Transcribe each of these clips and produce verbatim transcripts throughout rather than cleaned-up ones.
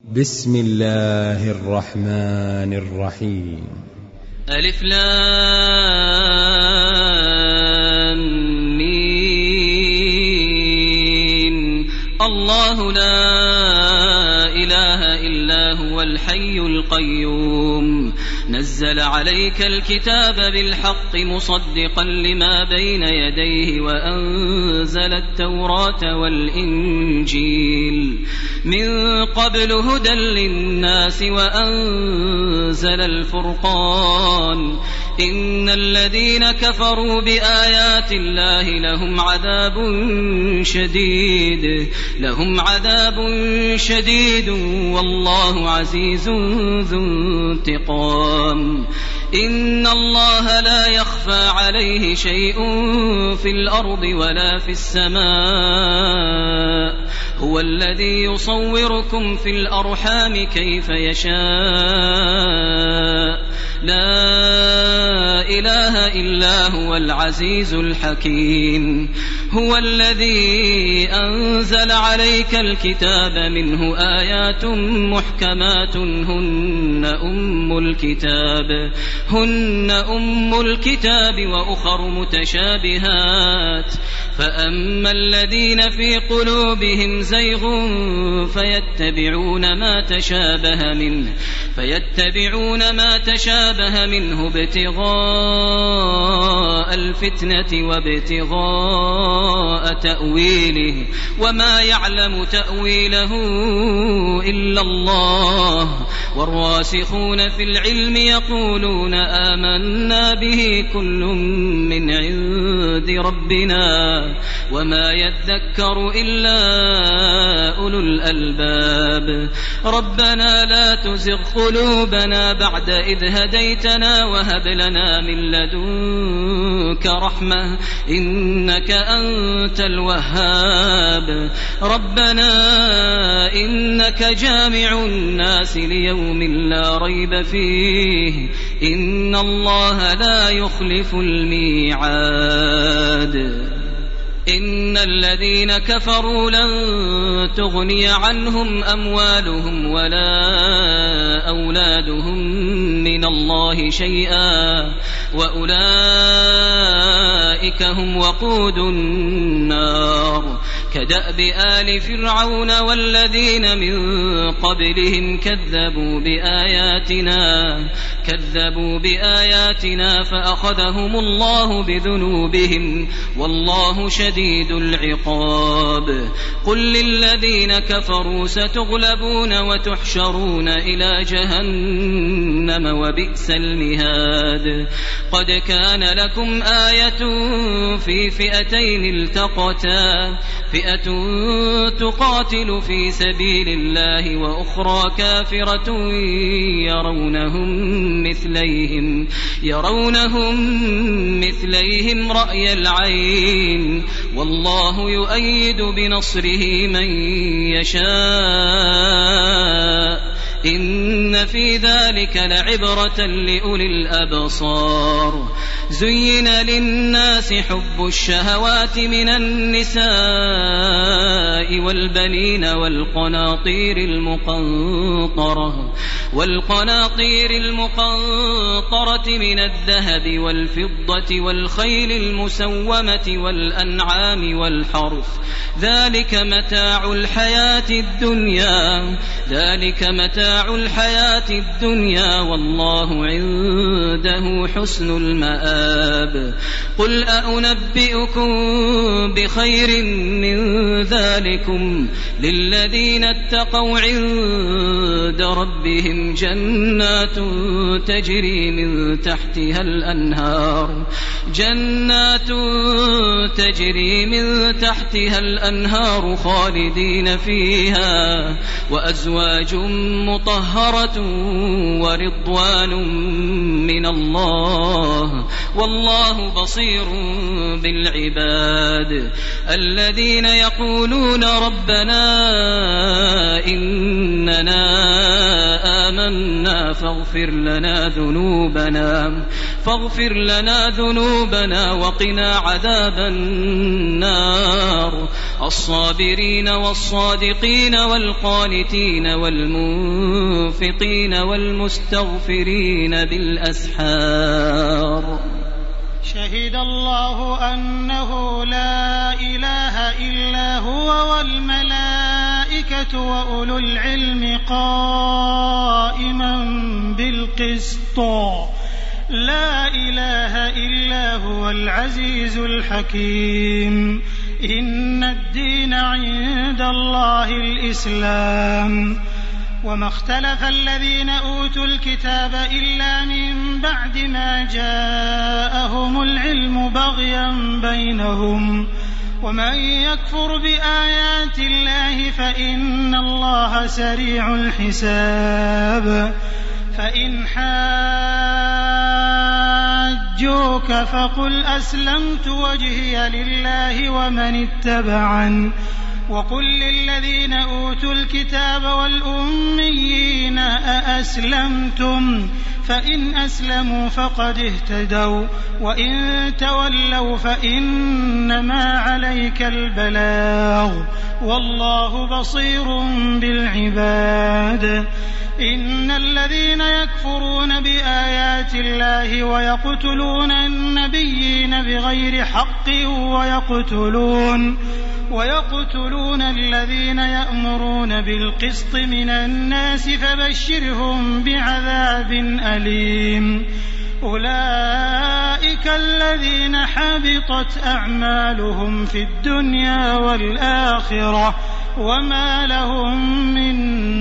بسم الله الرحمن الرحيم. ألف لام ميم. الله لا إله إلا هو الحي القيوم نزل عليك الكتاب بالحق مصدقا لما بين يديه وأنزل التوراة والإنجيل من قبل هدى للناس وأنزل الفرقان إن الذين كفروا بآيات الله لهم عذاب شديد لهم عذاب شديد والله عزيز ذو انتقام. إن الله لا يخفى عليه شيء في الأرض ولا في السماء هو الذي يصوركم في الأرحام كيف يشاء لا إله إلا هو العزيز الحكيم. هو الذي أنزل عليك الكتاب منه آيات محكمات هن أم الكتاب هن أم الكتاب وأخر متشابهات فأما الذين في قلوبهم زيغ فيتبعون ما تشابه منه فيتبعون ما تشابه منه ابتغاء الفتنة وابتغاء تأويله وما يعلم تأويله إلا الله والراسخون في العلم يقولون آمنا به كل من عند ربنا وما يذكر إلا أولو الألباب. ربنا لا تزغ قلوبنا بعد إذ هديتنا وهب لنا من لدنك رحمة إنك أنت الوهاب. ربنا إنك جامع الناس ليوم لا ريب فيه إن الله لا يخلف الميعاد. إن الذين كفروا لن تغني عنهم أموالهم ولا أولادهم من الله شيئا وأولئك هم وقود النار كدأب آل فرعون والذين من قبلهم كذبوا بآياتنا كذبوا بآياتنا فأخذهم الله بذنوبهم والله شديد العقاب. قل للذين كفروا ستغلبون وتحشرون إلى جهنم وبئس المهاد. قد كان لكم آية في فئتين التقتا فئة تقاتل في سبيل الله وأخرى كافرة يرونهم مثليهم يرونهم مثليهم رأي العين والله يؤيد بنصره من يشاء إن في ذلك لعبرة لأولي الأبصار. زين للناس حب الشهوات من النساء والبنين والقناطير المقنطرة والقناطير المقنطرة من الذهب والفضة والخيل المسومة والأنعام والحرث ذلك متاع الحياة الدنيا ذلك متاع الحياة الدنيا والله عنده حسن المآب. قل أنبئكم بخير من ذلكم للذين اتقوا عند ربهم جنات تجري من تحتها الأنهار جنات تجري من تحتها الأنهار خالدين فيها وأزواج مطهرة ورضوان من الله والله بصير بالعباد. الذين يقولون ربنا إننا آمنا فاغفر لنا ذنوبنا فاغفر لنا ذنوبنا وقنا عذاب النار الصابرين والصادقين والقانتين والمنفقين والمستغفرين بالأسحار. شهد الله أنه لا إله إلا هو والملائكة وأولو العلم قائما بالقسط لا إله إلا هو العزيز الحكيم. إن الدين عند الله الإسلام. وما اختلف الذين أوتوا الكتاب إلا من بعد ما جاءهم العلم بغيا بينهم ومن يكفر بآيات الله فإن الله سريع الحساب. فإن حاجوك فقل أسلمت وجهي لله ومن اتبعن وقل للذين أوتوا الكتاب والأميين أأسلمتم فإن أسلموا فقد اهتدوا وإن تولوا فإنما عليك البلاغ والله بصير بالعباد. إن الذين يكفرون بآيات الله ويقتلون النبيين بغير حق ويقتلون ويقتلون الذين يأمرون بالقسط من الناس فبشرهم بعذاب أليم. أولئك الذين حبطت أعمالهم في الدنيا والآخرة وما لهم من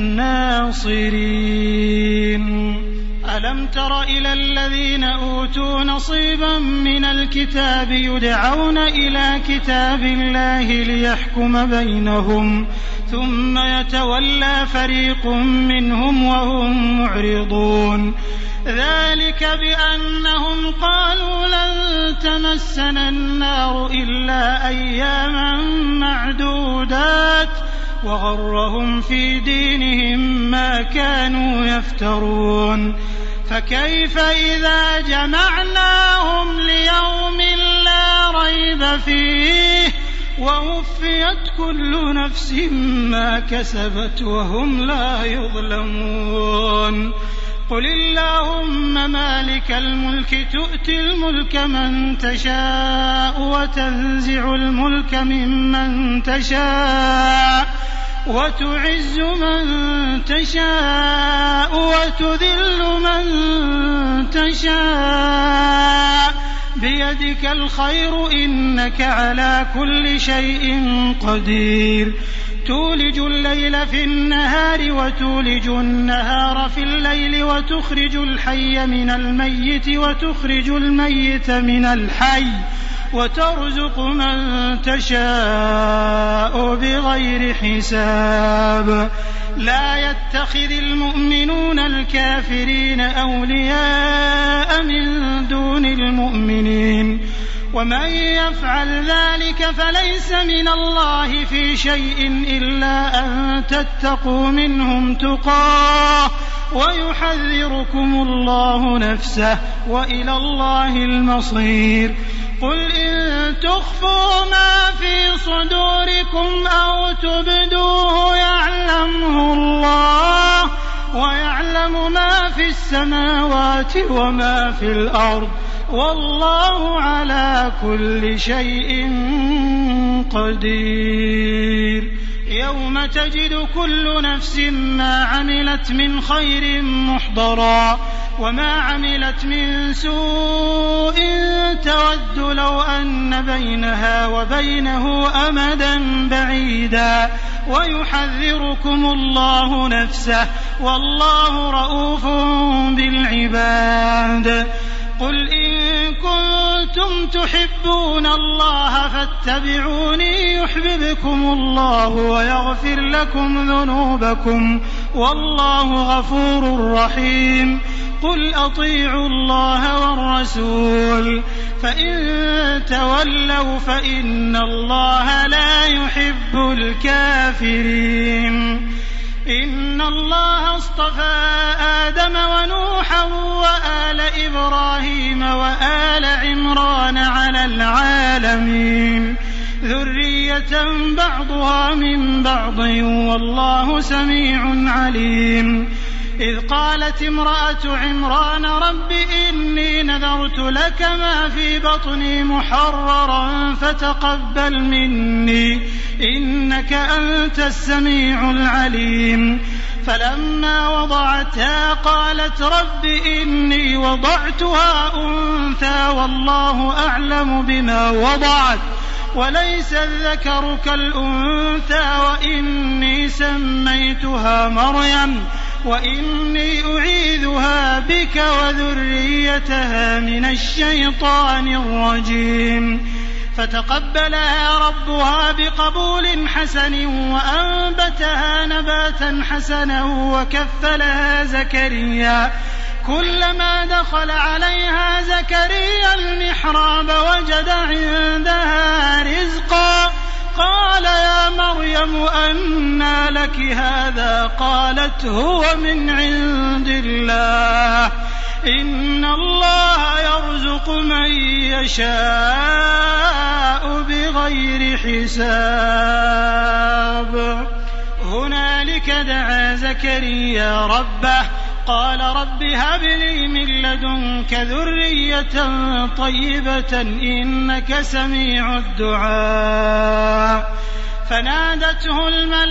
ناصرين. ألم تر إلى الذين أوتوا نصيبا من الكتاب يدعون إلى كتاب الله ليحكم بينهم ثم يتولى فريق منهم وهم معرضون. ذلك بأنهم قالوا لن تمسنا النار إلا أياما معدودات وغرهم في دينهم ما كانوا يفترون. فكيف إذا جمعناهم ليوم لا ريب فيه ووفيت كل نفس ما كسبت وهم لا يظلمون. قل اللهم مالك الملك تؤتي الملك من تشاء وتنزع الملك ممن تشاء وتعز من تشاء وتذل من تشاء بيدك الخير إنك على كل شيء قدير. تولج الليل في النهار وتولج النهار في الليل وتخرج الحي من الميت وتخرج الميت من الحي وترزق من تشاء بغير حساب. لا يتخذ المؤمنون الكافرين أولياء من دون المؤمنين ومن يفعل ذلك فليس من الله في شيء إلا أن تتقوا منهم تقاه ويحذركم الله نفسه وإلى الله المصير. قل إن تخفوا ما في صدوركم أو تبدوه يعلمه الله ويعلم ما في السماوات وما في الأرض والله على كل شيء قدير. يوم تجد كل نفس ما عملت من خير محضرا وما عملت من سوء تود لو أن بينها وبينه أمدا بعيدا ويحذركم الله نفسه والله رؤوف بالعباد. قل إن كنتم تحبون الله فاتبعوني يحببكم الله ويغفر لكم ذنوبكم والله غفور رحيم. قل أطيعوا الله والرسول فإن تولوا فإن الله لا يحب الكافرين. إن الله اصطفى آدم ونوحا وآل إبراهيم وآل عمران على العالمين ذرية بعضها من بعض والله سميع عليم. إذ قالت امرأة عمران رب إني نذرت لك ما في بطني محررا فتقبل مني إنك أنت السميع العليم. فلما وضعتها قالت رب إني وضعتها أنثى والله أعلم بما وضعت وليس الذكر كالأنثى وإني سميتها مريم وإني أعيذها بك وذريتها من الشيطان الرجيم. فتقبلها ربها بقبول حسن وأنبتها نباتا حسنا وكفلها زكريا. كلما دخل عليها زكريا المحراب وجد عندها رزقا قال يا مريم أنى لك هذا قالت هو من عند الله إن الله يرزق من يشاء بغير حساب. هنالك دعا زكريا ربه قال رب هب لي من لدنك ذرية طيبة إنك سميع الدعاء. فنادته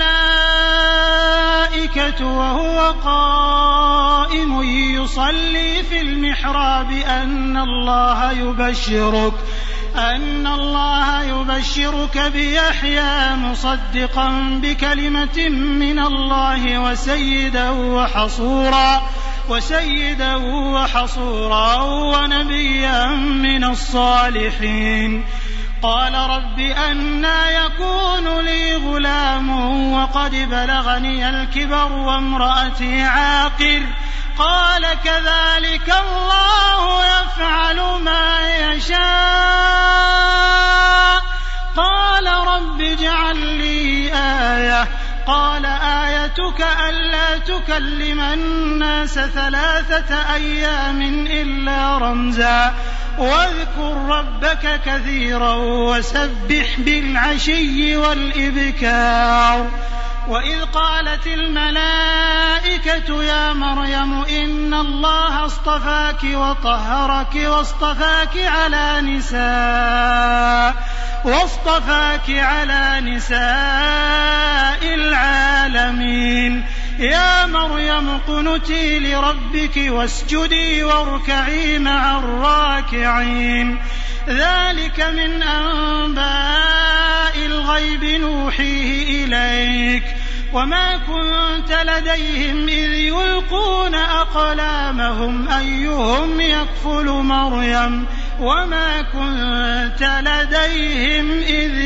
الملائكة وهو قائم يصلي في المحراب أن الله يبشرك أن الله يبشرك بيحيى مصدقا بكلمة من الله وسيدا وحصورا وسيدا وحصورا ونبيا من الصالحين. قال رب أنى يكون لي غلام وقد بلغني الكبر وامرأتي عاقر قال كذلك الله يفعل ما يشاء. قال رب اجعل لي آية قال آيتك ألا تكلم الناس ثلاثة أيام إلا رمزا واذكر ربك كثيرا وسبح بالعشي والإبكار. وإذ قالت الملائكة يا مريم إن الله اصطفاك وطهرك واصطفاك على نساء واصطفاك على نساء العالمين. يا مريم اقنتي لربك واسجدي واركعي مع الراكعين. ذلك من أنباء الغيب نوحيه إليك وما كنت لديهم إذ يلقون أقلامهم أيهم يكفل مريم وما كنت لديهم إذ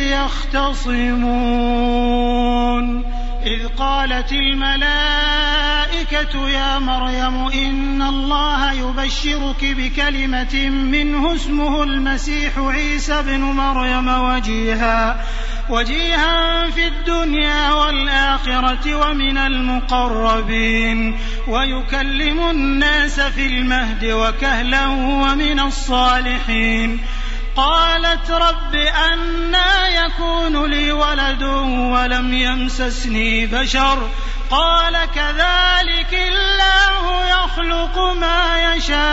يختصمون. إذ قالت الملائكة يا مريم إن الله يبشرك بكلمة منه اسمه المسيح عيسى بن مريم وجيها وجيها في الدنيا والآخرة ومن المقربين ويكلم الناس في المهد وكهلا ومن الصالحين. قالت رب أنى يكون لي ولد ولم يمسسني بشر قال كذلك الله يخلق ما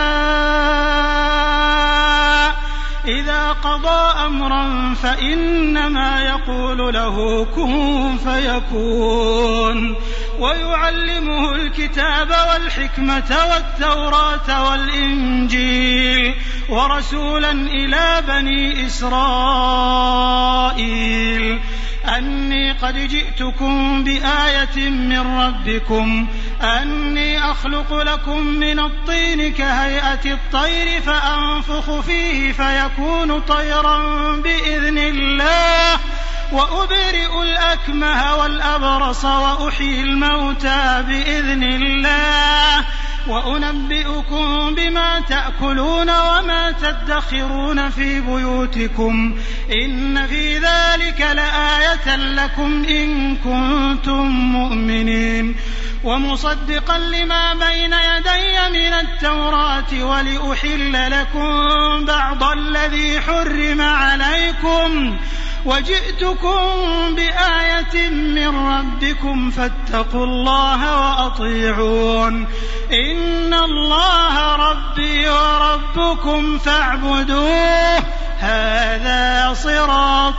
يشاء إذا قضى أمرا فإنما يقول له كن فيكون. ويعلمه الكتاب والحكمة والتوراة والإنجيل ورسولا إلى بني إسرائيل أني قد جئتكم بآية من ربكم أني أخلق لكم من الطين كهيئة الطير فأنفخ فيه فيكون طيرا بإذن الله وأبرئ الأكمه والأبرص وأحيي الموتى بإذن الله وأنبئكم بما تأكلون وما تدخرون في بيوتكم إن في ذلك لآية لكم إن كنتم مؤمنين ومصدقا لما بين يدي من التوراة ولأحل لكم بعض الذي حرم عليكم وجئتكم بآية من ربكم فاتقوا الله وأطيعون إن الله ربي وربكم فاعبدوه هذا صراط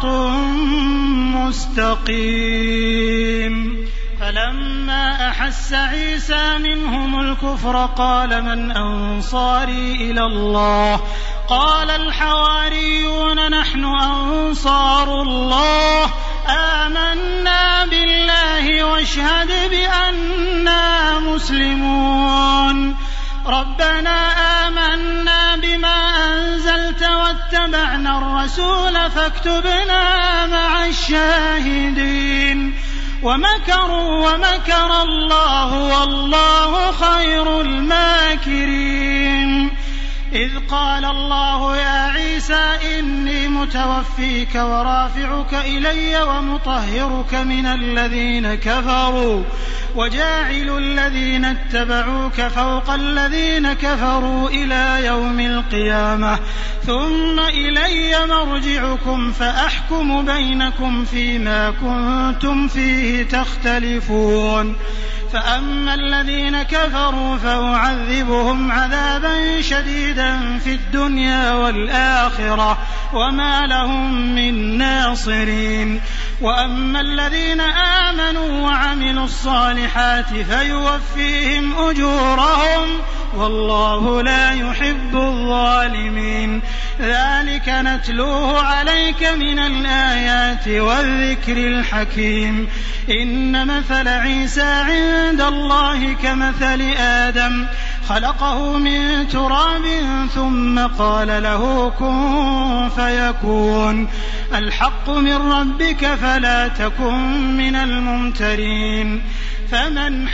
مستقيم. فلما أحس عيسى منهم الكفر قال من أنصاري إلى الله قال الحواريون نحن أنصار الله آمنا بالله واشهد بأننا مسلمون ربنا آمنا بما أنزلت واتبعنا الرسول فاكتبنا مع الشاهدين ومكروا ومكر الله والله خير الماكرين. إذ قال الله يا عيسى إني متوفيك ورافعك إلي ومطهرك من الذين كفروا وجاعل الذين اتبعوك فوق الذين كفروا إلى يوم القيامة ثم إلي مرجعكم فأحكم بينكم فيما كنتم فيه تختلفون. فأما الذين كفروا فأعذبهم عذابا شديدا في الدنيا والآخرة وما لهم من ناصرين وأما الذين آمنوا وعملوا الصالحات فيوفيهم أجورهم والله لا يحب الظالمين. ذلك نتلوه عليك من الآيات والذكر الحكيم. إن مثل عيسى عند الله كمثل آدم خلقه من تراب ثم قال له كن فيكون الحق من ربك فلا تكن من الممترين. فمن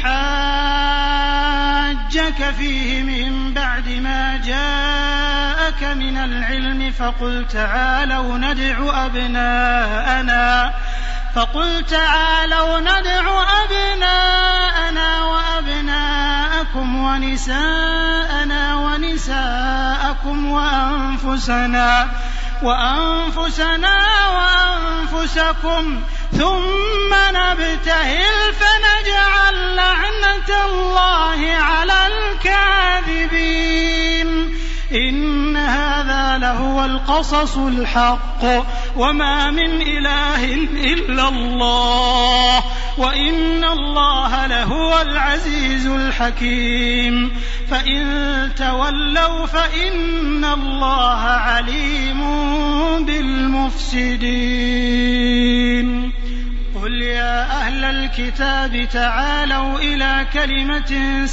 حاجك فيه من بعد ما جاءك من العلم فقل تعالوا ندع أبناءنا فقل تعالوا ندع أبناءنا وأبناءكم ونساءنا ونساءكم وأنفسنا وأنفسنا وأنفسكم ثم نبتهل فنجعل لعنة الله على الكاذبين. إن هذا لهو القصص الحق وما من إله إلا الله وإن الله لهو العزيز الحكيم. فإن تولوا فإن الله عليم بالمفسدين. قل يا أهل الكتاب تعالوا إلى كلمة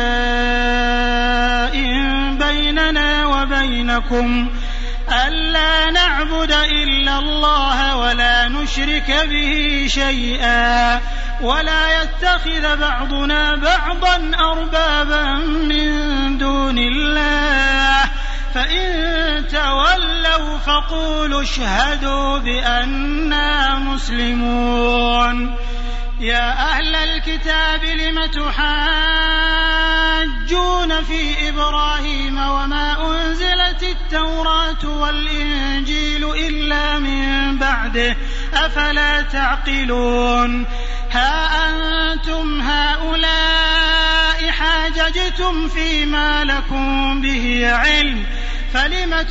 سواء بيننا وبينكم ألا نعبد إلا الله ولا نشرك به شيئا ولا يتخذ بعضنا بعضا أربابا من دون الله فإن تولوا فقولوا اشهدوا بأننا مسلمون. يا أهل الكتاب لم تحاجون في إبراهيم وما أنزلت التوراة والإنجيل إلا من بعده أفلا تعقلون. ها أنتم هؤلاء حاججتم فيما لكم به علم فلم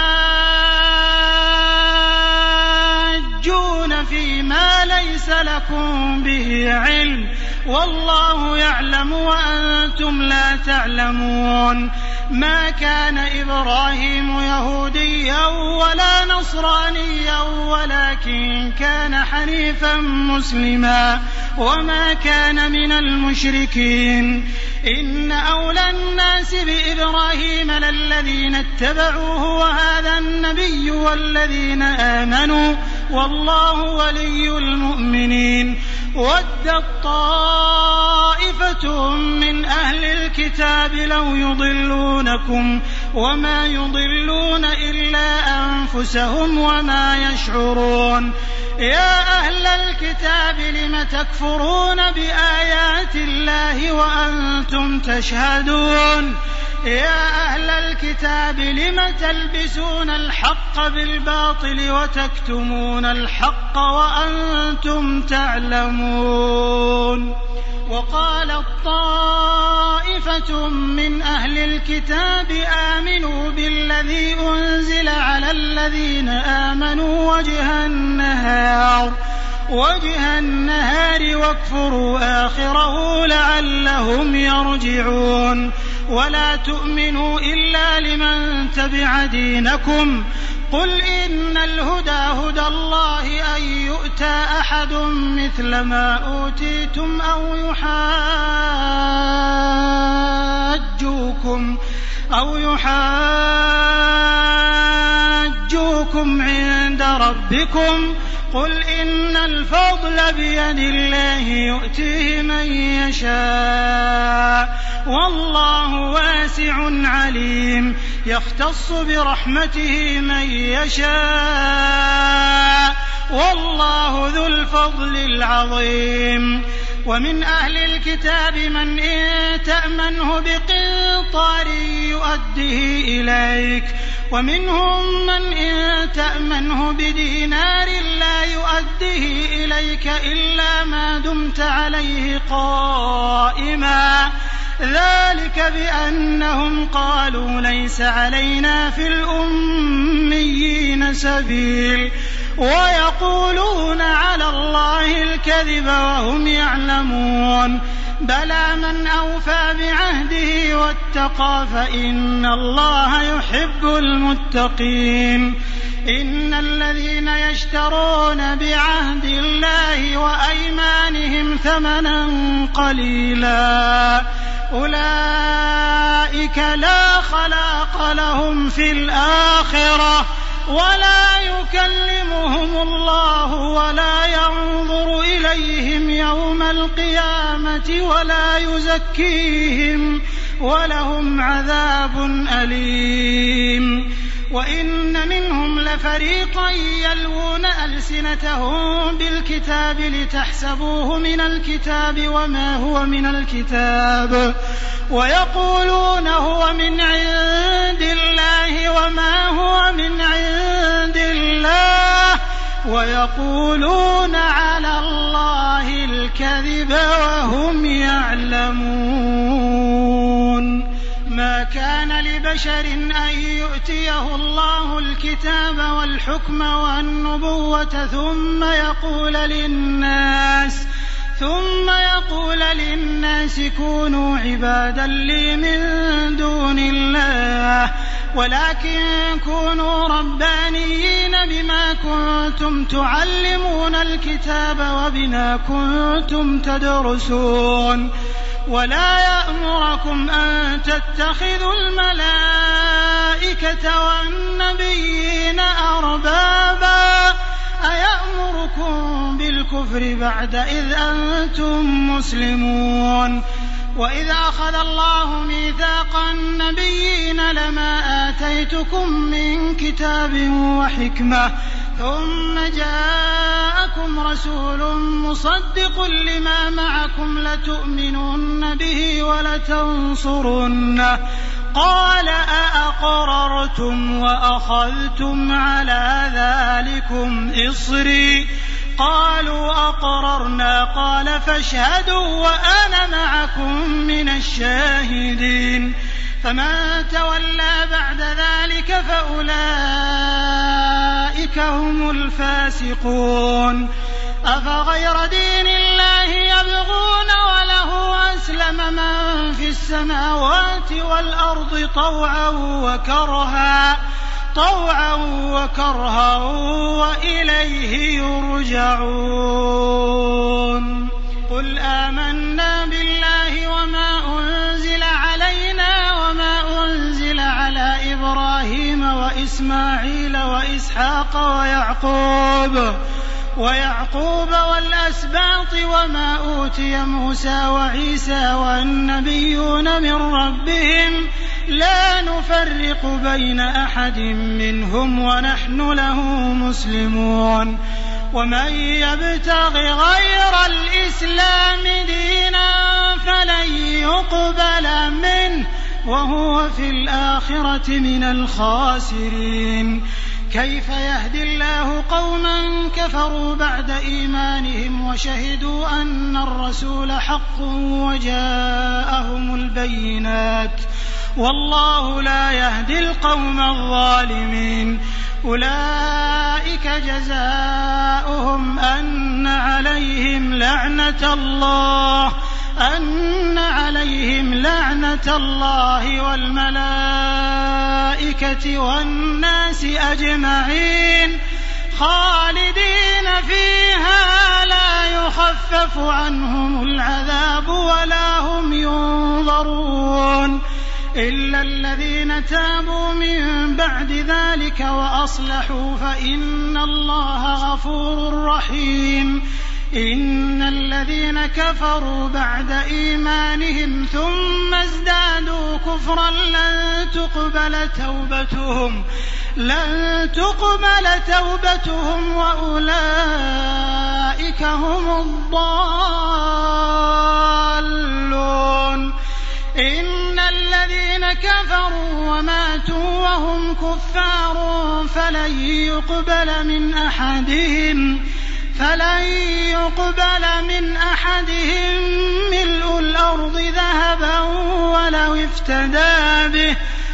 تحاجون فيما ليس لكم به علم والله يعلم وأنتم لا تعلمون. ما كان إبراهيم يهوديا ولا نصرانيا ولكن كان حنيفا مسلما وما كان من المشركين. إن أولى الناس بإبراهيم للذين اتبعوه وهذا النبي والذين آمنوا والله ولي المؤمنين. ودت طائفة طائفة من أهل الكتاب لو يضلونكم وما يضلون إلا أنفسهم وما يشعرون يا أهل الكتاب لم تكفرون بآيات الله وأنتم تشهدون يا أهل الكتاب لم تلبسون الحق بالباطل وتكتمون الحق وأنتم تعلمون وقالت طائفة من أهل الكتاب آمنوا بالذي أنزل على الذين آمنوا وجه النهار وجه النهار واكفروا آخره لعلهم يرجعون ولا تؤمنوا إلا لمن تبع دينكم قل إن الهدى هدى الله أن يؤتى أحد مثل ما أوتيتم أو يحاجوكم أو يحاجوكم عند ربكم قل إن الفضل بيد الله يؤتيه من يشاء والله واسع عليم يختص برحمته من يشاء والله ذو الفضل العظيم ومن أهل الكتاب من إن تأمنه بقنطار يؤديه إليك ومنهم من إن تأمنه بدينار لا يؤديه إليك إلا ما دمت عليه قائما ذلك بأنهم قالوا ليس علينا في الأميين سبيل ويقولون على الله الكذب وهم يعلمون بلى من أوفى بعهده واتقى فإن الله يحب المتقين إن الذين يشترون بعهد الله وأيمانهم ثمنا قليلا أولئك لا خلاق لهم في الآخرة ولا يكلمهم الله ولا ينظر إليهم يوم القيامة ولا يزكيهم ولهم عذاب أليم وإن منهم لفريقا يلوون ألسنتهم بالكتاب لتحسبوه من الكتاب وما هو من الكتاب ويقولون هو من عند الله وما هو من عند الله ويقولون على الله الكذب وهم يعلمون ما كان لبشر أن يؤتيه الله الكتاب والحكم والنبوة ثم يقول للناس ثم يقول للناس كونوا عبادا لي من دون الله ولكن كونوا ربانيين بما كنتم تعلمون الكتاب وبما كنتم تدرسون ولا يأمركم أن تتخذوا الملائكة والنبيين أربابا أيأمركم بالكفر بعد إذ أنتم مسلمون وإذا أخذ الله ميثاق النبيين لما آتيتكم من كتاب وحكمة ثم جاءكم رسول مصدق لما معكم لتؤمنن به ولتنصرنه قال أأقررتم وأخذتم على ذلكم إصري قالوا أقررنا قال فاشهدوا وأنا معكم من الشاهدين فمن تولى بعد ذلك فأولئك هم الفاسقون أفغير دين الله يبغون وله أسلم من في السماوات والأرض طوعا وكرها طوعا وكرها وإليه يرجعون قل آمنا بالله وما أنزل علينا وما أنزل على إبراهيم وإسماعيل وإسحاق ويعقوب ويعقوب والأسباط وما أوتي موسى وعيسى والنبيون من ربهم لا نفرق بين أحد منهم ونحن له مسلمون ومن يبتغ غير الإسلام دينا فلن يقبل منه وهو في الآخرة من الخاسرين. كيف يهدي الله قوما كفروا بعد إيمانهم وشهدوا أن الرسول حق وجاءهم البينات والله لا يهدي القوم الظالمين. أولئك جزاؤهم أن عليهم لعنة الله أن عليهم لعنة الله والملائكة والناس أجمعين خالدين فيها لا يخفف عنهم العذاب ولا هم ينظرون إلا الذين تابوا من بعد ذلك وأصلحوا فإن الله غفور رحيم. إن الذين كفروا بعد إيمانهم ثم ازدادوا كفرا لن تقبل توبتهم لن تقبل توبتهم وأولئك هم الضالون. إن الذين كفروا وماتوا وهم كفار فلن يقبل من أحدهم فلن يقبل من أحدهم ملء الأرض ذهبا ولو افتدى به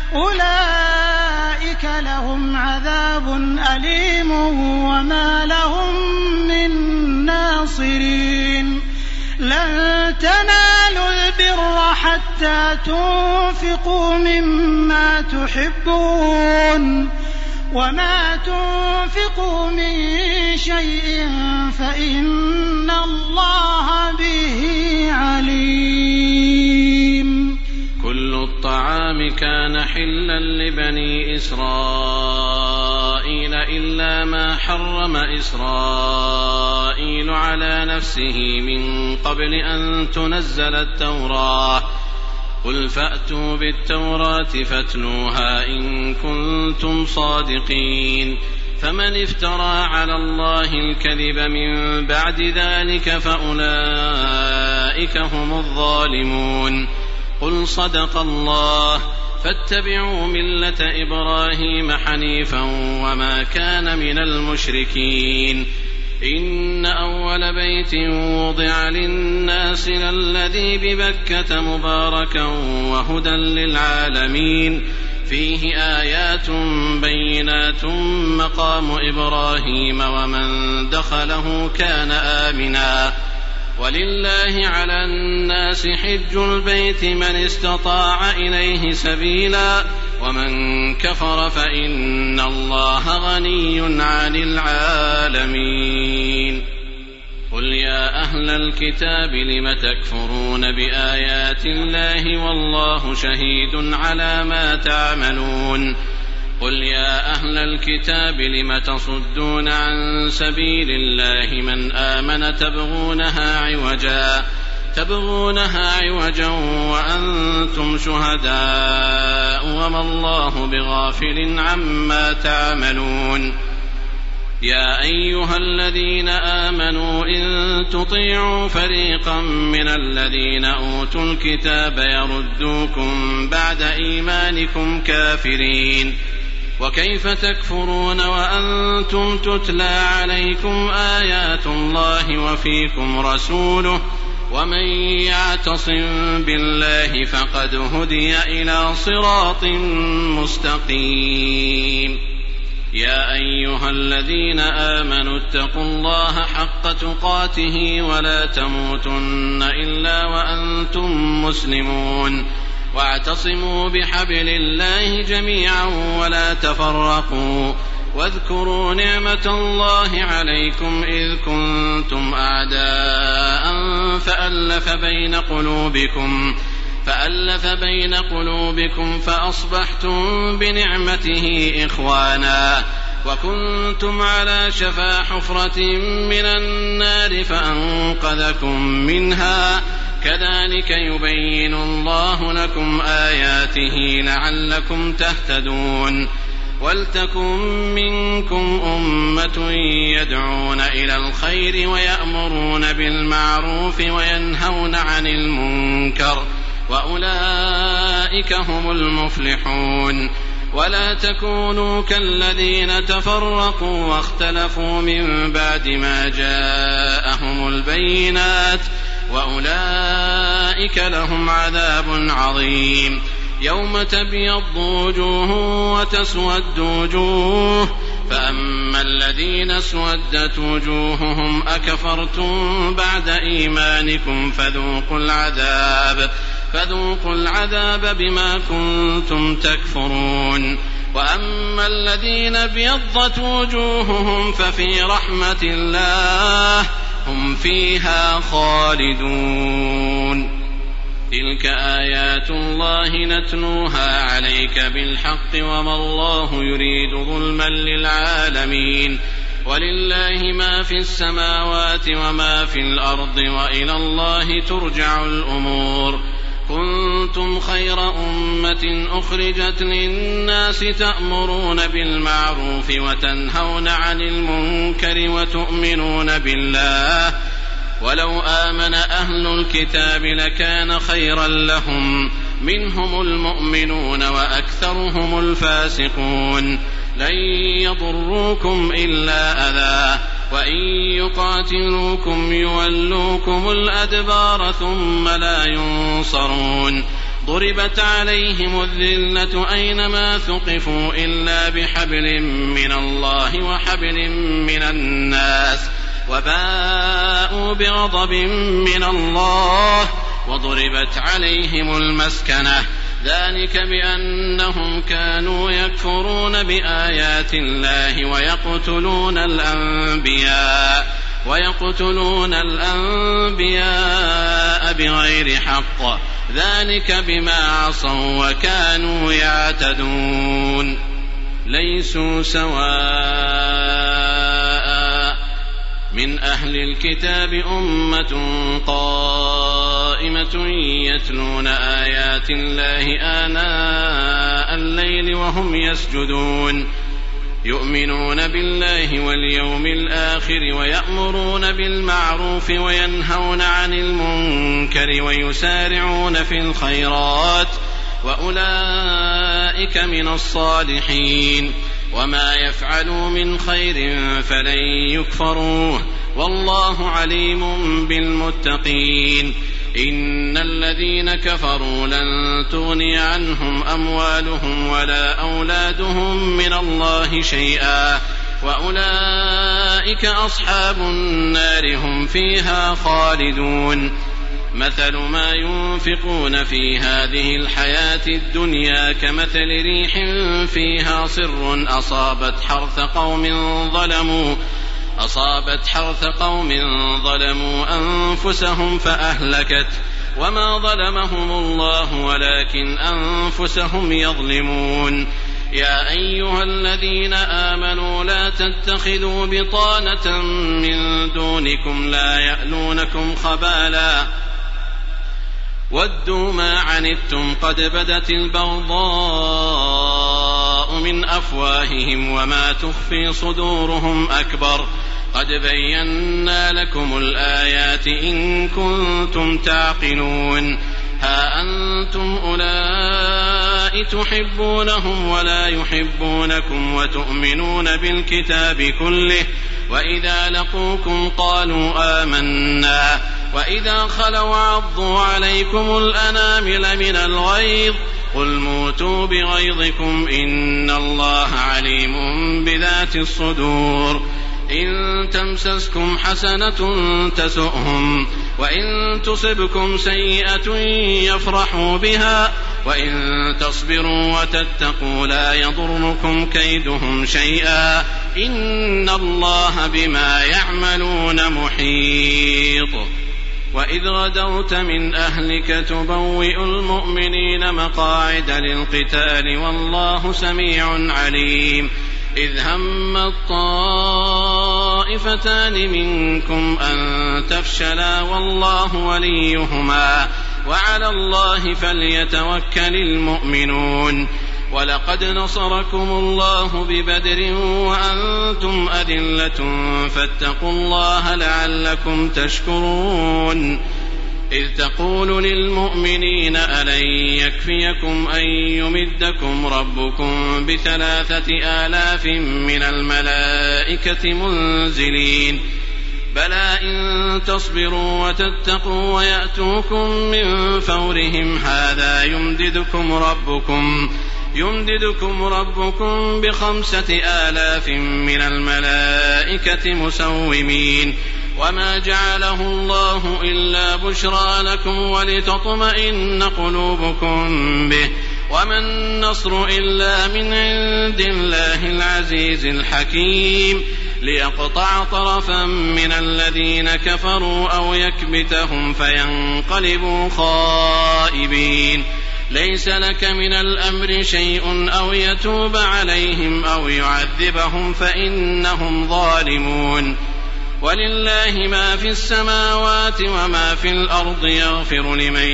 أولئك لهم عذاب أليم وما لهم من ناصرين. لن تنالوا البر حتى تنفقوا مما تحبون وما تنفقوا من شيء فإن الله به عليم. كل الطعام كان حلا لبني إسرائيل إلا ما حرم إسرائيل على نفسه من قبل أن تنزل التوراة قل فأتوا بالتوراة فاتلوها إن كنتم صادقين. فمن افترى على الله الكذب من بعد ذلك فأولئك هم الظالمون. قل صدق الله فاتبعوا ملة إبراهيم حنيفا وما كان من المشركين. إن أول بيت وضع للناس للذي ببكة مباركا وهدى للعالمين فيه آيات بينات مقام إبراهيم ومن دخله كان آمنا ولله على الناس حج البيت من استطاع إليه سبيلا ومن كفر فإن الله غني عن العالمين. قل يا أهل الكتاب لم تكفرون بآيات الله والله شهيد على ما تعملون. قل يا أهل الكتاب لم تصدون عن سبيل الله من آمن تبغونها عوجا تبغونها عوجا وأنتم شهداء وما الله بغافل عما تعملون. يا أيها الذين آمنوا إن تطيعوا فريقا من الذين أوتوا الكتاب يردوكم بعد إيمانكم كافرين وكيف تكفرون وأنتم تتلى عليكم آيات الله وفيكم رسوله ومن يعتصم بالله فقد هدي إلى صراط مستقيم. يا أيها الذين آمنوا اتقوا الله حق تقاته ولا تموتن إلا وأنتم مسلمون واعتصموا بحبل الله جميعا ولا تفرقوا واذكروا نعمة الله عليكم إذ كنتم أعداء فألف بين قلوبكم فألف بين قلوبكم فأصبحتم بنعمته إخوانا وكنتم على شفا حفرة من النار فأنقذكم منها كذلك يبين الله لكم آياته لعلكم تهتدون ولتكن منكم أمة يدعون إلى الخير ويأمرون بالمعروف وينهون عن المنكر وأولئك هم المفلحون ولا تكونوا كالذين تفرقوا واختلفوا من بعد ما جاءهم البينات وأولئك لهم عذاب عظيم يوم تبيض وجوه وتسود وجوه فأما الذين اسودت وجوههم أكفرتم بعد إيمانكم فذوقوا العذاب فذوقوا العذاب بما كنتم تكفرون وأما الذين ابيضت وجوههم ففي رحمة الله هم فيها خالدون تلك آيات الله نتلوها عليك بالحق وما الله يريد ظلما للعالمين ولله ما في السماوات وما في الأرض وإلى الله ترجع الأمور كنتم خير أمة أخرجت للناس تأمرون بالمعروف وتنهون عن المنكر وتؤمنون بالله ولو آمن أهل الكتاب لكان خيرا لهم منهم المؤمنون وأكثرهم الفاسقون لن يضروكم إلا أذى وإن يقاتلوكم يولوكم الأدبار ثم لا ينصرون ضربت عليهم الذلة أينما ثقفوا إلا بحبل من الله وحبل من الناس وباءوا بغضب من الله وضربت عليهم المسكنة ذلك بأنهم كانوا يكفرون بآيات الله ويقتلون الأنبياء ويقتلون الأنبياء بغير حق ذلك بما عصوا وكانوا يعتدون ليسوا سواء من أهل الكتاب أمة قائمة يتلون آيات الله آناء الليل وهم يسجدون يؤمنون بالله واليوم الآخر ويأمرون بالمعروف وينهون عن المنكر ويسارعون في الخيرات وأولئك من الصالحين وما يفعلوا من خير فلن يكفروه والله عليم بالمتقين إن الذين كفروا لن تغني عنهم أموالهم ولا أولادهم من الله شيئا وأولئك أصحاب النار هم فيها خالدون مثل ما ينفقون في هذه الحياة الدنيا كمثل ريح فيها صر أصابت حرث قوم ظلموا أصابت حرث قوم ظلموا أنفسهم فأهلكت وما ظلمهم الله ولكن أنفسهم يظلمون يا أيها الذين آمنوا لا تتخذوا بطانة من دونكم لا يألونكم خبالا ودوا ما عنتم قد بدت البغضاء من أفواههم وما تخفي صدورهم أكبر قد بينا لكم الآيات إن كنتم تعقلون ها أنتم أولئك تحبونهم ولا يحبونكم وتؤمنون بالكتاب كله وإذا لقوكم قالوا آمنا وإذا خلوا عضوا عليكم الأنامل من الغيظ قل موتوا بغيظكم إن الله عليم بذات الصدور إن تمسسكم حسنة تسؤهم وإن تصبكم سيئة يفرحوا بها وإن تصبروا وتتقوا لا يضركم كيدهم شيئا إن الله بما يعملون محيط وإذ غدوت من أهلك تبوئ المؤمنين مقاعد للقتال والله سميع عليم إذ هم الطائفتان منكم أن تفشلا والله وليهما وعلى الله فليتوكل المؤمنون. ولقد نصركم الله ببدر وأنتم أذلة فاتقوا الله لعلكم تشكرون. إذ تقول للمؤمنين ألن يكفيكم أن يمدكم ربكم بثلاثة آلاف من الملائكة منزلين بلى إن تصبروا وتتقوا ويأتوكم من فورهم هذا يمددكم ربكم يمددكم ربكم بخمسة آلاف من الملائكة مسومين وما جعله الله إلا بشرى لكم ولتطمئن قلوبكم به وما النصر إلا من عند الله العزيز الحكيم ليقطع طرفا من الذين كفروا أو يكبتهم فينقلبوا خائبين. ليس لك من الأمر شيء أو يتوب عليهم أو يعذبهم فإنهم ظالمون. ولله ما في السماوات وما في الأرض يغفر لمن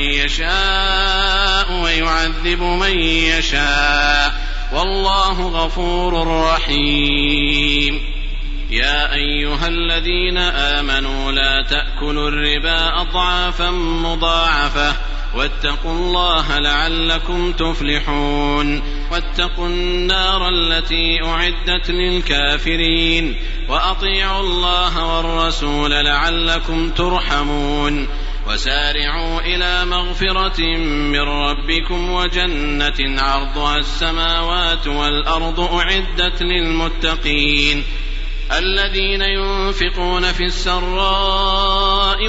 يشاء ويعذب من يشاء والله غفور رحيم. يا أيها الذين آمنوا لا تأكلوا الربا أضعافا مضاعفة واتقوا الله لعلكم تفلحون. واتقوا النار التي أعدت للكافرين وأطيعوا الله والرسول لعلكم ترحمون. وسارعوا إلى مغفرة من ربكم وجنة عرضها السماوات والأرض أعدت للمتقين الذين ينفقون في السراء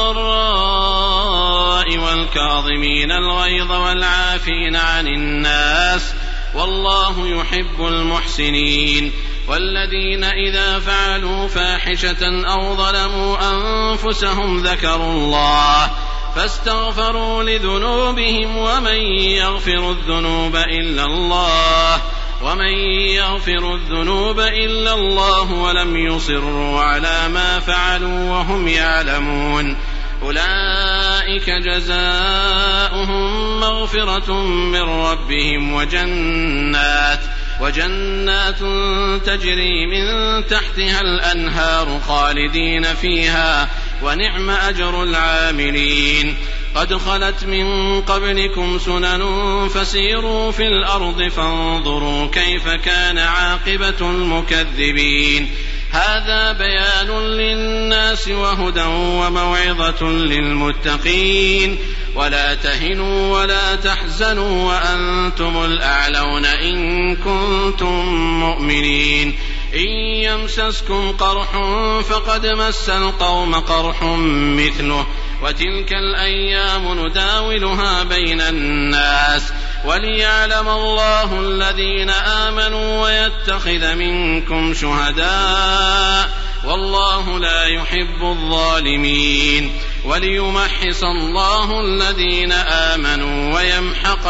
والضراء والكاظمين الغيظ والعافين عن الناس والله يحب المحسنين. والذين إذا فعلوا فاحشة أو ظلموا أنفسهم ذكروا الله فاستغفروا لذنوبهم ومن يغفر الذنوب إلا الله ومن يغفر الذنوب إلا الله ولم يصروا على ما فعلوا وهم يعلمون أولئك جزاؤهم مغفرة من ربهم وجنات وجنات تجري من تحتها الأنهار خالدين فيها ونعم أجر العاملين. قد خلت من قبلكم سنن فسيروا في الأرض فانظروا كيف كان عاقبة المكذبين. هذا بيان للناس وهدى وموعظة للمتقين. ولا تهنوا ولا تحزنوا وأنتم الأعلون إن كنتم مؤمنين. إن يمسسكم قرح فقد مس القوم قرح مثله وتلك الأيام نداولها بين الناس وليعلم الله الذين آمنوا ويتخذ منكم شهداء والله لا يحب الظالمين وليمحص الله الذين آمنوا ويمحق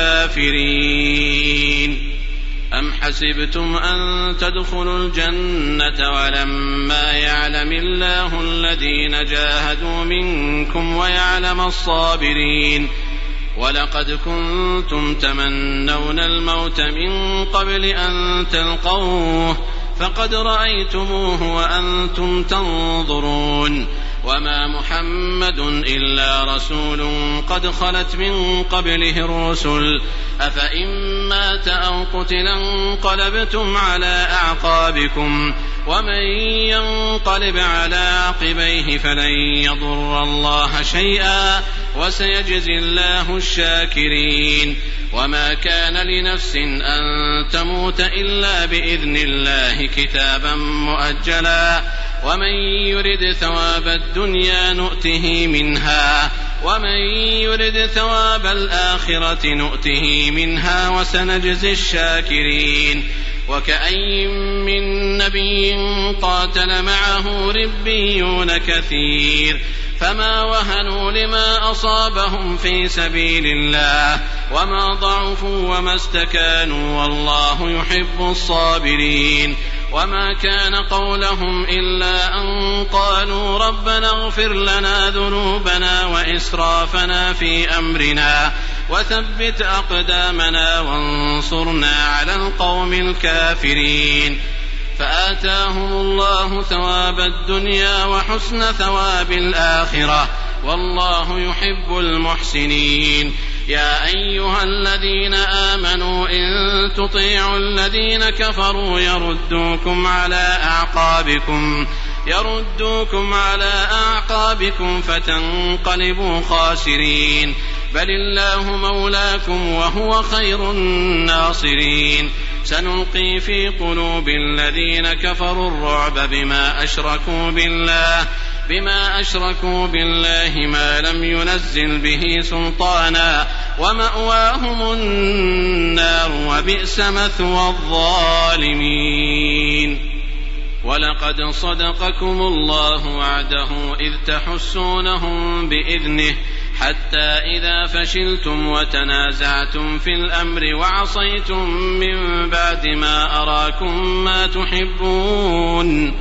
الكافرين. أم حسبتم أن تدخلوا الجنة ولما يعلم الله الذين جاهدوا منكم ويعلم الصابرين. ولقد كنتم تمنون الموت من قبل أن تلقوه فقد رأيتموه وأنتم تنظرون. وما محمد إلا رسول قد خلت من قبله الرسل أفإن مات أو قتل انقلبتم على أعقابكم ومن ينقلب على عقبيه فلن يضر الله شيئا وسيجزي الله الشاكرين. وما كان لنفس أن تموت إلا بإذن الله كتابا مؤجلا ومن يرد ثواب الدنيا نؤته منها ومن يرد ثواب الآخرة نؤته منها وسنجزي الشاكرين. وكأي من نبي قاتل معه ربيون كثير فما وهنوا لما أصابهم في سبيل الله وما ضعفوا وما استكانوا والله يحب الصابرين. وما كان قولهم إلا أن قالوا ربنا اغفر لنا ذنوبنا وإسرافنا في أمرنا وثبت أقدامنا وانصرنا على القوم الكافرين. فآتاهم الله ثواب الدنيا وحسن ثواب الآخرة والله يحب المحسنين. يا أيها الذين آمنوا إن تطيعوا الذين كفروا يردوكم على أعقابكم يردوكم على أعقابكم فتنقلبوا خاسرين. بل الله مولاكم وهو خير الناصرين. سنلقي في قلوب الذين كفروا الرعب بما أشركوا بالله بما أشركوا بالله ما لم ينزل به سلطانا ومأواهم النار وبئس مثوى الظالمين. ولقد صدقكم الله وعده إذ تحسونهم بإذنه حتى إذا فشلتم وتنازعتم في الأمر وعصيتم من بعد ما أراكم ما تحبون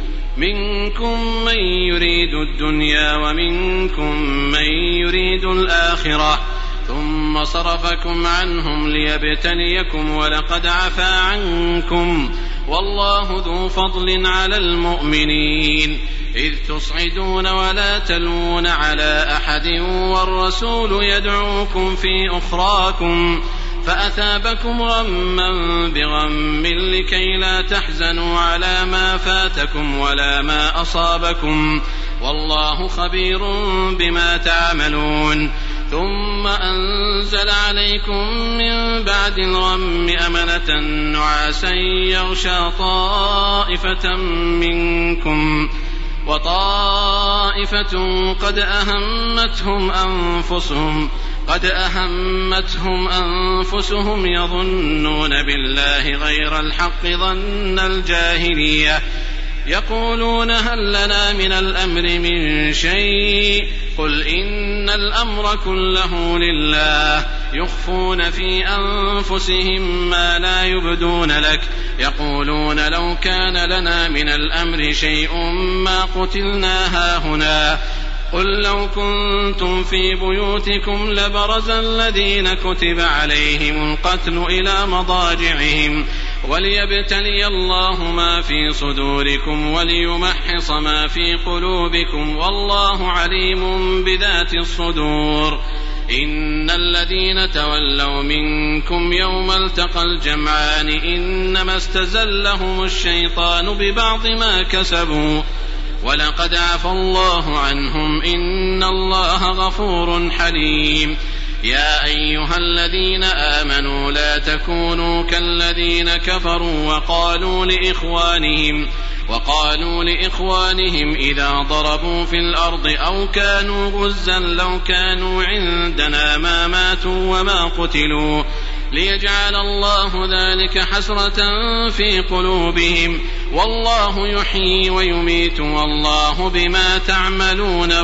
منكم من يريد الدنيا ومنكم من يريد الآخرة ثم صرفكم عنهم ليبتليكم ولقد عفا عنكم والله ذو فضل على المؤمنين. إذ تصعدون ولا تلوون على أحد والرسول يدعوكم في أخراكم فأثابكم غما بغم لكي لا تحزنوا على ما فاتكم ولا ما أصابكم والله خبير بما تعملون. ثم أنزل عليكم من بعد الغم أمنة نعاسا يغشى طائفة منكم وطائفة قد أهمتهم أنفسهم قد أهمتهم أنفسهم يظنون بالله غير الحق ظن الجاهلية يقولون هل لنا من الأمر من شيء قل إن الأمر كله لله يخفون في أنفسهم ما لا يبدون لك يقولون لو كان لنا من الأمر شيء ما قتلنا هاهنا قل لو كنتم في بيوتكم لبرز الذين كتب عليهم القتل إلى مضاجعهم وليبتلي الله ما في صدوركم وليمحص ما في قلوبكم والله عليم بذات الصدور. إن الذين تولوا منكم يوم التقى الجمعان إنما استزلهم الشيطان ببعض ما كسبوا ولقد عفى الله عنهم إن الله غفور حليم. يا أيها الذين آمنوا لا تكونوا كالذين كفروا وقالوا لإخوانهم وقالوا لإخوانهم إذا ضربوا في الأرض أو كانوا غزا لو كانوا عندنا ما ماتوا وما قتلوا ليجعل الله ذلك حسرة في قلوبهم والله يحيي ويميت والله بما تعملون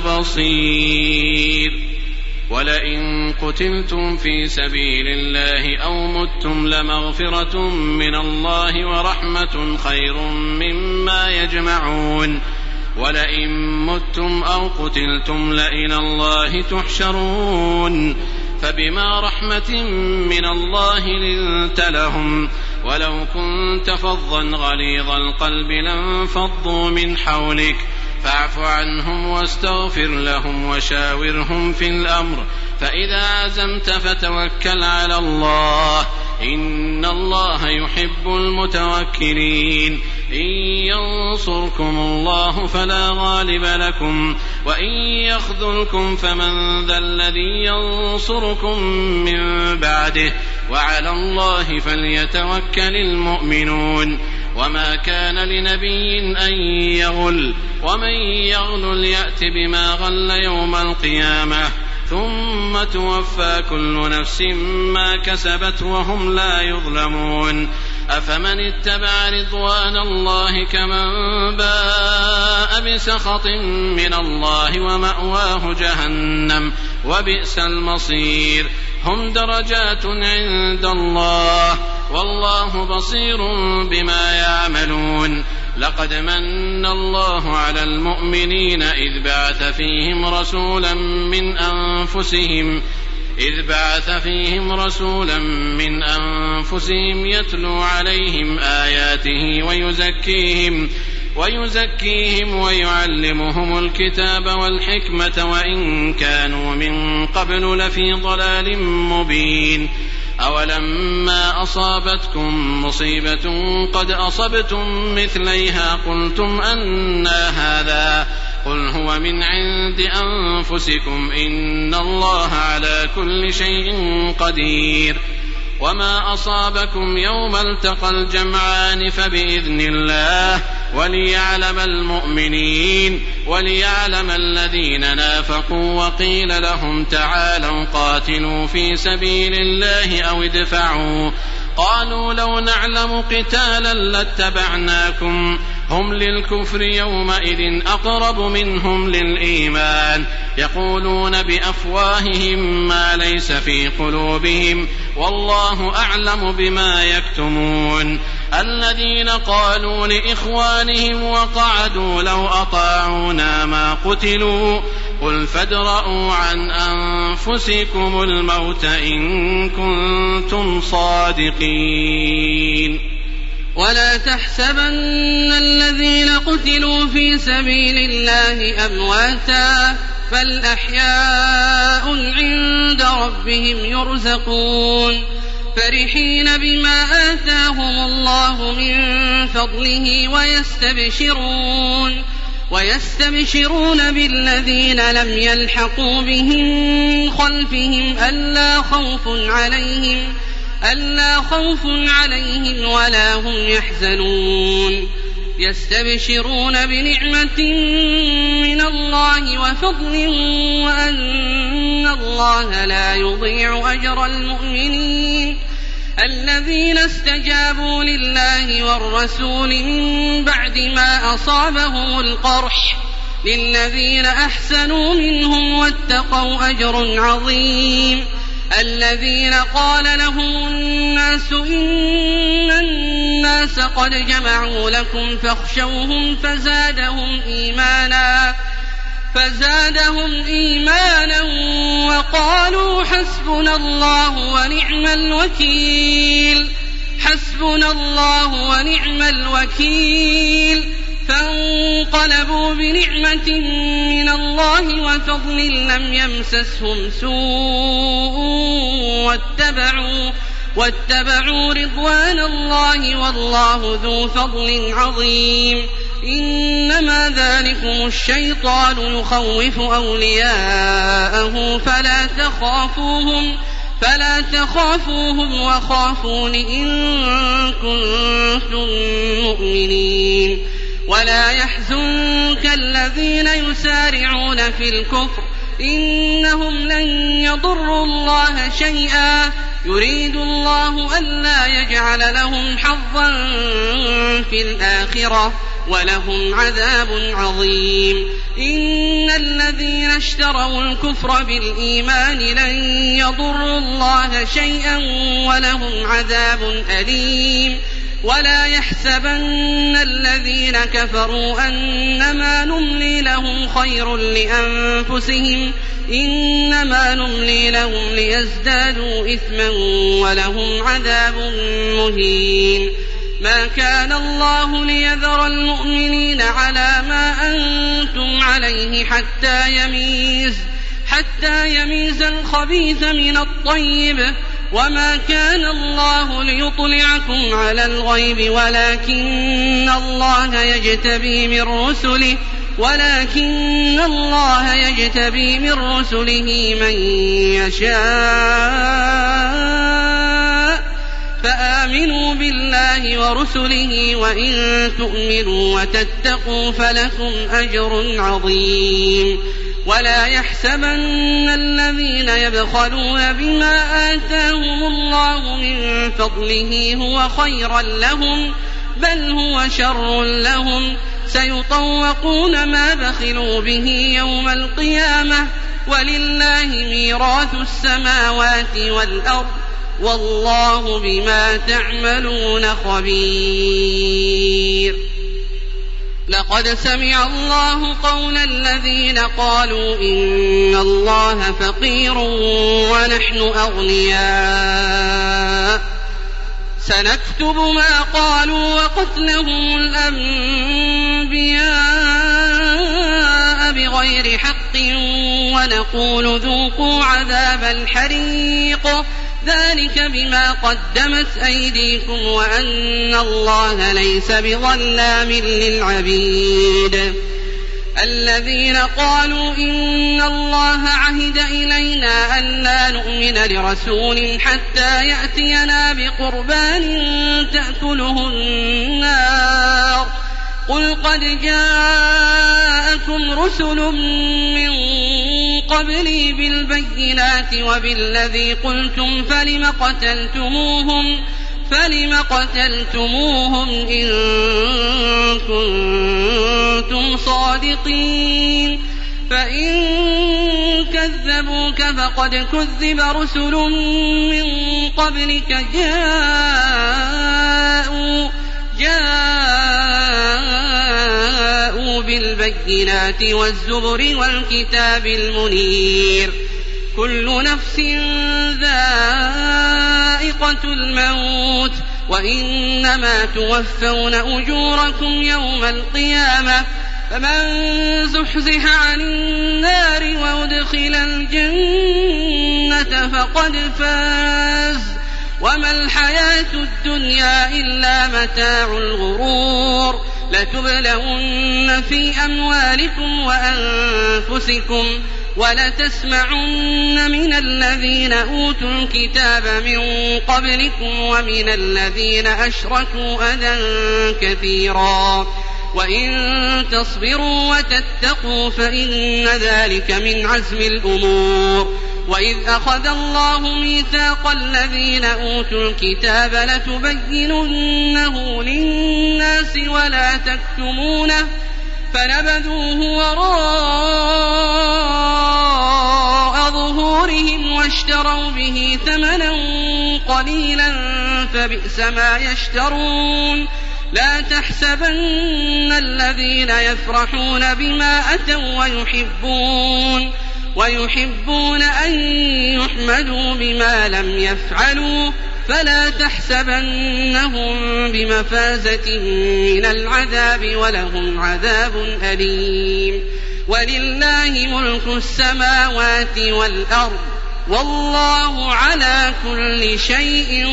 بصير. ولئن قتلتم في سبيل الله أو متم لمغفرة من الله ورحمة خير مما يجمعون. ولئن متم أو قتلتم لإلى الله تحشرون. فبما رحمة من الله لنت لهم ولو كنت فظا غليظ القلب لانفضوا من حولك فاعف عنهم واستغفر لهم وشاورهم في الأمر فإذا عزمت فتوكل على الله إن الله يحب المتوكلين. إن ينصركم الله فلا غالب لكم وإن يخذلكم فمن ذا الذي ينصركم من بعده وعلى الله فليتوكل المؤمنون. وما كان لنبي أن يغل ومن يغل يأت بما غل يوم القيامة ثم توفى كل نفس ما كسبت وهم لا يظلمون. أفمن اتبع رضوان الله كمن باء بسخط من الله ومأواه جهنم وبئس المصير هم درجات عند الله والله بصير بما يعملون لقد من الله على المؤمنين إذ بعث فيهم رسولا من أنفسهم إذ بعث فيهم رسولا من أنفسهم يتلو عليهم آياته ويزكيهم ويزكيهم ويعلمهم الكتاب والحكمة وإن كانوا من قبل لفي ضلال مبين أولما أصابتكم مصيبة قد أصبتم مثليها قلتم أنى هذا قل هو من عند أنفسكم إن الله على كل شيء قدير وما أصابكم يوم التقى الجمعان فبإذن الله وليعلم المؤمنين وليعلم الذين نافقوا وقيل لهم تعالوا قاتلوا في سبيل الله أو ادفعوا قالوا لو نعلم قتالا لاتبعناكم هم للكفر يومئذ أقرب منهم للإيمان يقولون بأفواههم ما ليس في قلوبهم والله أعلم بما يكتمون الذين قالوا لإخوانهم وقعدوا لو أطاعونا ما قتلوا قل فادرءوا عن أنفسكم الموت إن كنتم صادقين ولا تحسبن الذين قتلوا في سبيل الله أمواتا بل أحياء عند ربهم يرزقون فرحين بما آتاهم الله من فضله ويستبشرون ويستبشرون بالذين لم يلحقوا بهم خلفهم ألا خوف عليهم ألا خوف عليهم ولا هم يحزنون يستبشرون بنعمة من الله وفضل وأن الله لا يضيع أجر المؤمنين الذين استجابوا لله والرسول من بعد ما أصابهم القرح للذين أحسنوا منهم واتقوا أجر عظيم الذين قال لهم الناس إن الناس قد جمعوا لكم فاخشوهم فزادهم إيمانا فزادهم إيمانا وقالوا حسبنا الله ونعم الوكيل حسبنا الله ونعم الوكيل فانقلبوا بنعمة من الله وفضل لم يمسسهم سوء واتبعوا, واتبعوا رضوان الله والله ذو فضل عظيم إنما ذلكم الشيطان يخوف أولياءه فلا تخافوهم فلا تخافوهم وخافون إن كنتم مؤمنين ولا يحزنك الذين يسارعون في الكفر إنهم لن يضروا الله شيئا يريد الله ألا يجعل لهم حظا في الآخرة ولهم عذاب عظيم إن الذين اشتروا الكفر بالإيمان لن يضروا الله شيئا ولهم عذاب أليم ولا يحسبن الذين كفروا أنما نملي لهم خير لأنفسهم إنما نملي لهم ليزدادوا إثما ولهم عذاب مهين ما كان الله ليذر المؤمنين على ما أنتم عليه حتى يميز حتى يميز الخبيث من الطيب وما كان الله ليطلعكم على الغيب ولكن الله يجتبي من رسله ولكن الله يجتبي من رسله من يشاء فآمنوا بالله ورسله وإن تؤمنوا وتتقوا فلكم أجر عظيم ولا يحسبن الذين يبخلون بما آتاهم الله من فضله هو خيرا لهم بل هو شر لهم سيطوقون ما بخلوا به يوم القيامة ولله ميراث السماوات والأرض والله بما تعملون خبير. لقد سمع الله قول الذين قالوا إن الله فقير ونحن أغنياء سنكتب ما قالوا وقتلهم الأنبياء بغير حق ونقول ذوقوا عذاب الحريق ذلك بما قدمت أيديكم وأن الله ليس بظلام للعبيد. الذين قالوا إن الله عهد إلينا ألا نؤمن لرسول حتى يأتينا بقربان تأكله النار قل قد جاءكم رسل من قبلي بالبينات وبالذي قلتم فلم قتلتموهم فلم قتلتموهم إن كنتم صادقين فإن كذبوك فقد كذب رسل من قبلك جاءوا جاءوا بالبينات والزبر والكتاب المنير كل نفس ذائقة الموت وإنما توفون أجوركم يوم القيامة فمن زحزح عن النار وأدخل الجنة فقد فاز وما الحياة الدنيا إلا متاع الغرور. لتبلون في أموالكم وأنفسكم ولتسمعن من الذين أوتوا الكتاب من قبلكم ومن الذين أشركوا أذى كثيرا وإن تصبروا وتتقوا فإن ذلك من عزم الأمور. وإذ أخذ الله ميثاق الذين أوتوا الكتاب لتبيننه للناس ولا تكتمونه فنبذوه وراء ظهورهم واشتروا به ثمنا قليلا فبئس ما يشترون. لا تحسبن الذين يفرحون بما أتوا ويحبون ويحبون أن يحمدوا بما لم يفعلوا فلا تحسبنهم بمفازة من العذاب ولهم عذاب أليم. ولله ملك السماوات والأرض والله على كل شيء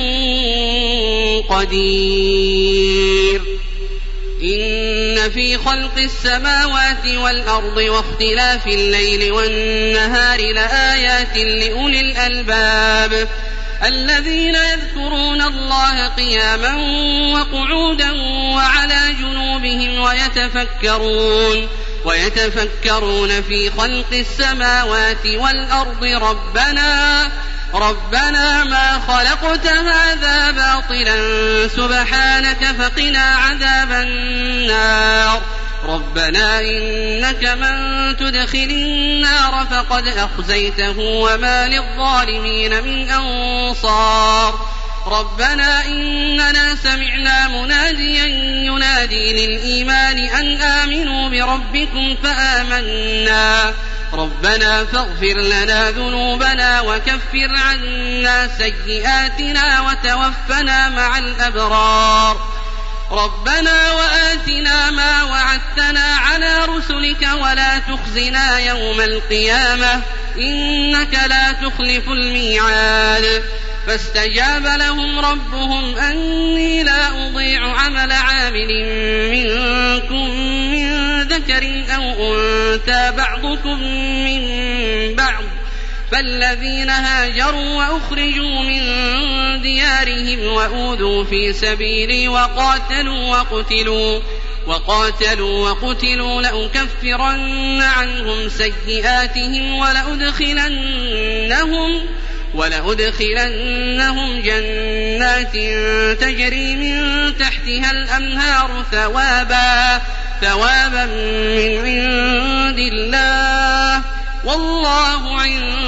قدير. إن في خلق السماوات والأرض واختلاف الليل والنهار لآيات لأولي الألباب الذين يذكرون الله قياما وقعودا وعلى جنوبهم ويتفكرون ويتفكرون في خلق السماوات والأرض ربنا ربنا ما خلقت هذا باطلا سبحانك فقنا عذاب النار. ربنا إنك من تدخل النار فقد أخزيته وما للظالمين من أنصار. ربنا إننا سمعنا مناديا ينادي للإيمان أن آمنوا بربكم فآمنا ربنا فاغفر لنا ذنوبنا وكفر عنا سيئاتنا وتوفنا مع الأبرار. ربنا وآتنا ما وعدتنا على رسلك ولا تخزنا يوم القيامة إنك لا تخلف الميعاد. فاستجاب لهم ربهم أني لا أضيع عمل عامل منكم من ذكر أو أنثى بعضكم من بعض فالذين هاجروا وأخرجوا من ديارهم وأوذوا في سبيلي وقاتلوا وقتلوا وقاتلوا وقتلوا لأكفرن عنهم سيئاتهم ولأدخلنهم ولأدخلنهم جنات تجري من تحتها الأنهار ثوابا ثوابا من عند الله والله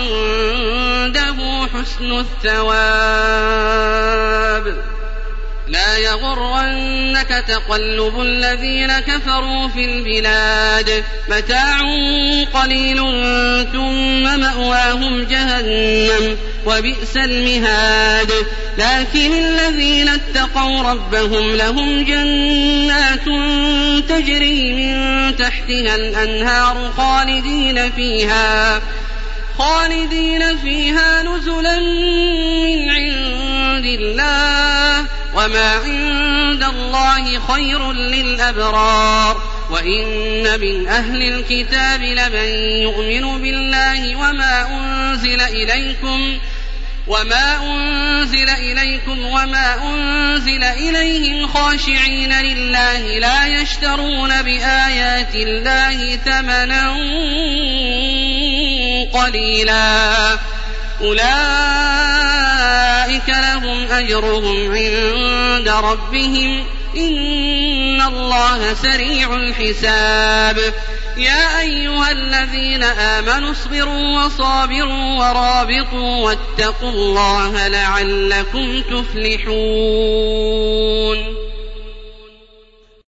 عنده حسن الثواب. لا يغرنك تقلب الذين كفروا في البلاد متاع قليل ثم مأواهم جهنم وبئس المهاد. لكن الذين اتقوا ربهم لهم جنات تجري من تحتها الأنهار خالدين فيها خالدين فيها نزلا من عند الله وما عند الله خير للأبرار. وإن من أهل الكتاب لمن يؤمن بالله وما أنزل إليكم وما أنزل إليكم وما أنزل إليهم خاشعين لله لا يشترون بآيات الله ثمنا قليلا أولئك لهم أجرهم عند ربهم إن الله سريع الحساب. يا أيها الذين آمنوا اصبروا وصابروا ورابطوا واتقوا الله لعلكم تفلحون.